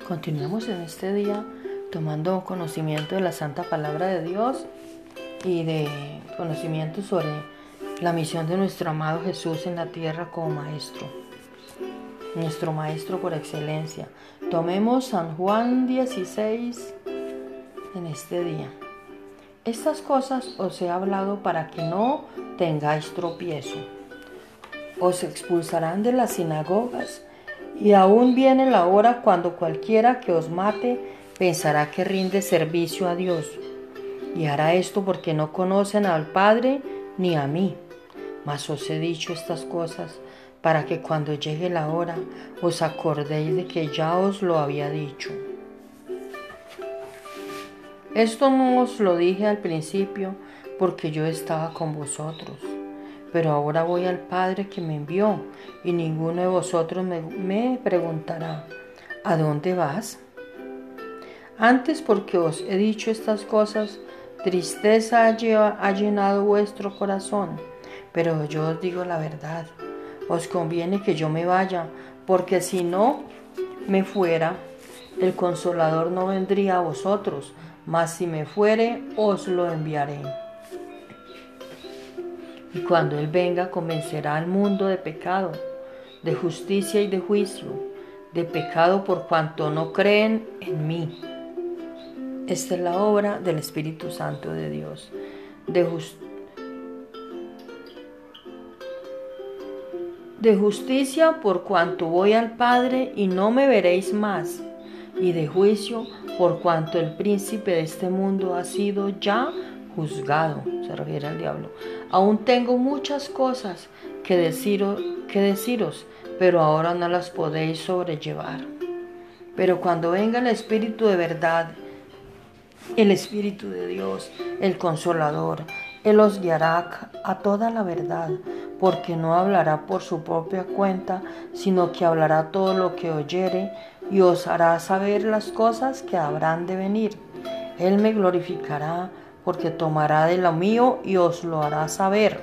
Continuemos en este día tomando conocimiento de la Santa Palabra de Dios y de conocimiento sobre la misión de nuestro amado Jesús en la tierra como Maestro, nuestro Maestro por excelencia. Tomemos San Juan 16 en este día. Estas cosas os he hablado para que no tengáis tropiezo. Os expulsarán de las sinagogas y aún viene la hora cuando cualquiera que os mate pensará que rinde servicio a Dios. Y hará esto porque no conocen al Padre ni a mí. Mas os he dicho estas cosas para que cuando llegue la hora os acordéis de que ya os lo había dicho. Esto no os lo dije al principio porque yo estaba con vosotros. Pero ahora voy al Padre que me envió, y ninguno de vosotros me preguntará, ¿a dónde vas? Antes, porque os he dicho estas cosas, tristeza ha llenado vuestro corazón. Pero yo os digo la verdad, os conviene que yo me vaya, porque si no me fuera, el Consolador no vendría a vosotros, mas si me fuere, os lo enviaré. Y cuando Él venga, convencerá al mundo de pecado, de justicia y de juicio. De pecado por cuanto no creen en mí. Esta es la obra del Espíritu Santo de Dios. De justicia por cuanto voy al Padre y no me veréis más. Y de juicio por cuanto el príncipe de este mundo ha sido ya juzgado. Se refiere al diablo. Aún tengo muchas cosas que deciros, pero ahora no las podéis sobrellevar. Pero cuando venga el Espíritu de verdad, el Espíritu de Dios, el Consolador, Él os guiará a toda la verdad, porque no hablará por su propia cuenta, sino que hablará todo lo que oyere y os hará saber las cosas que habrán de venir. Él me glorificará, porque tomará de lo mío y os lo hará saber.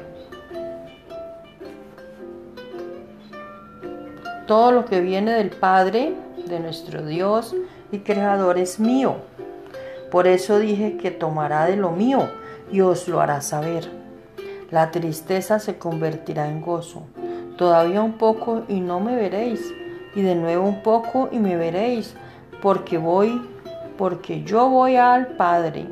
Todo lo que viene del Padre, de nuestro Dios y Creador, es mío. Por eso dije que tomará de lo mío y os lo hará saber. La tristeza se convertirá en gozo. Todavía un poco y no me veréis, y de nuevo un poco y me veréis, porque yo voy al Padre.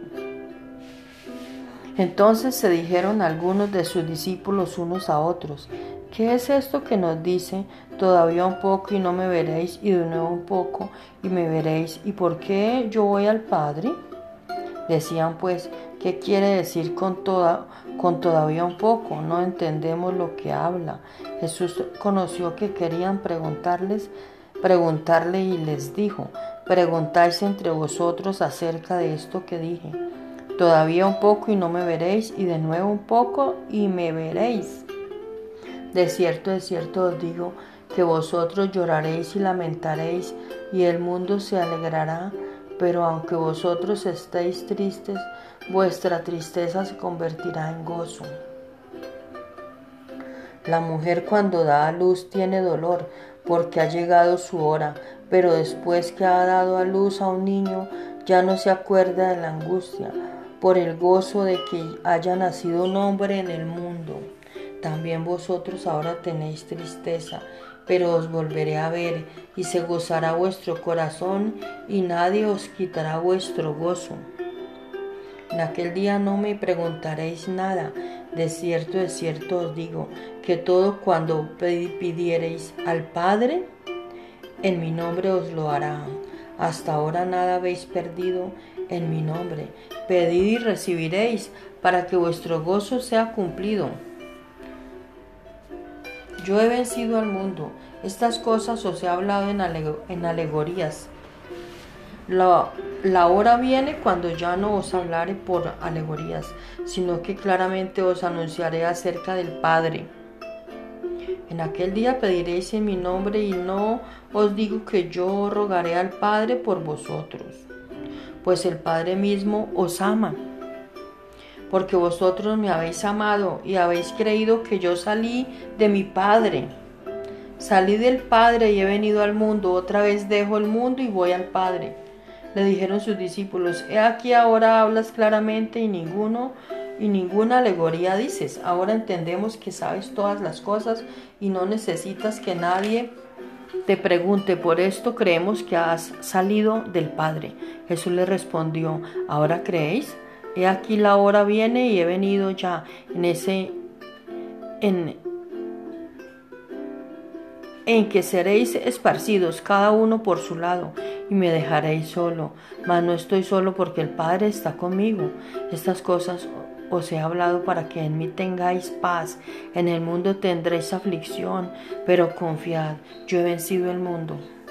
Entonces se dijeron algunos de sus discípulos unos a otros, ¿qué es esto que nos dice? Todavía un poco y no me veréis, y de nuevo un poco y me veréis, ¿y por qué yo voy al Padre? Decían pues, ¿qué quiere decir con todavía un poco? No entendemos lo que habla. Jesús conoció que querían preguntarle y les dijo, preguntáis entre vosotros acerca de esto que dije. Todavía un poco y no me veréis, y de nuevo un poco y me veréis. De cierto os digo, que vosotros lloraréis y lamentaréis, y el mundo se alegrará, pero aunque vosotros estéis tristes, vuestra tristeza se convertirá en gozo. La mujer cuando da a luz tiene dolor, porque ha llegado su hora, pero después que ha dado a luz a un niño, ya no se acuerda de la angustia, por el gozo de que haya nacido un hombre en el mundo. También vosotros ahora tenéis tristeza, pero os volveré a ver, y se gozará vuestro corazón, y nadie os quitará vuestro gozo. En aquel día no me preguntaréis nada. De cierto os digo, que todo cuando pidiereis al Padre, en mi nombre os lo hará. Hasta ahora nada habéis perdido en mi nombre. Pedid y recibiréis, para que vuestro gozo sea cumplido. Yo he vencido al mundo. Estas cosas os he hablado en alegorías. La hora viene cuando ya no os hablaré por alegorías, sino que claramente os anunciaré acerca del Padre. En aquel día pediréis en mi nombre, y no os digo que yo rogaré al Padre por vosotros, pues el Padre mismo os ama, porque vosotros me habéis amado y habéis creído que yo salí de mi Padre. salí del Padre y he venido al mundo, otra vez dejo el mundo y voy al Padre. Le dijeron sus discípulos, he aquí ahora hablas claramente y ninguna alegoría dices. Ahora entendemos que sabes todas las cosas y no necesitas que nadie te pregunte, por esto creemos que has salido del Padre. Jesús le respondió, ¿ahora creéis? He aquí la hora viene y he venido ya en que seréis esparcidos cada uno por su lado y me dejaréis solo, mas no estoy solo porque el Padre está conmigo. Estas cosas os he hablado para que en mí tengáis paz. En el mundo tendréis aflicción, pero confiad, yo he vencido el mundo.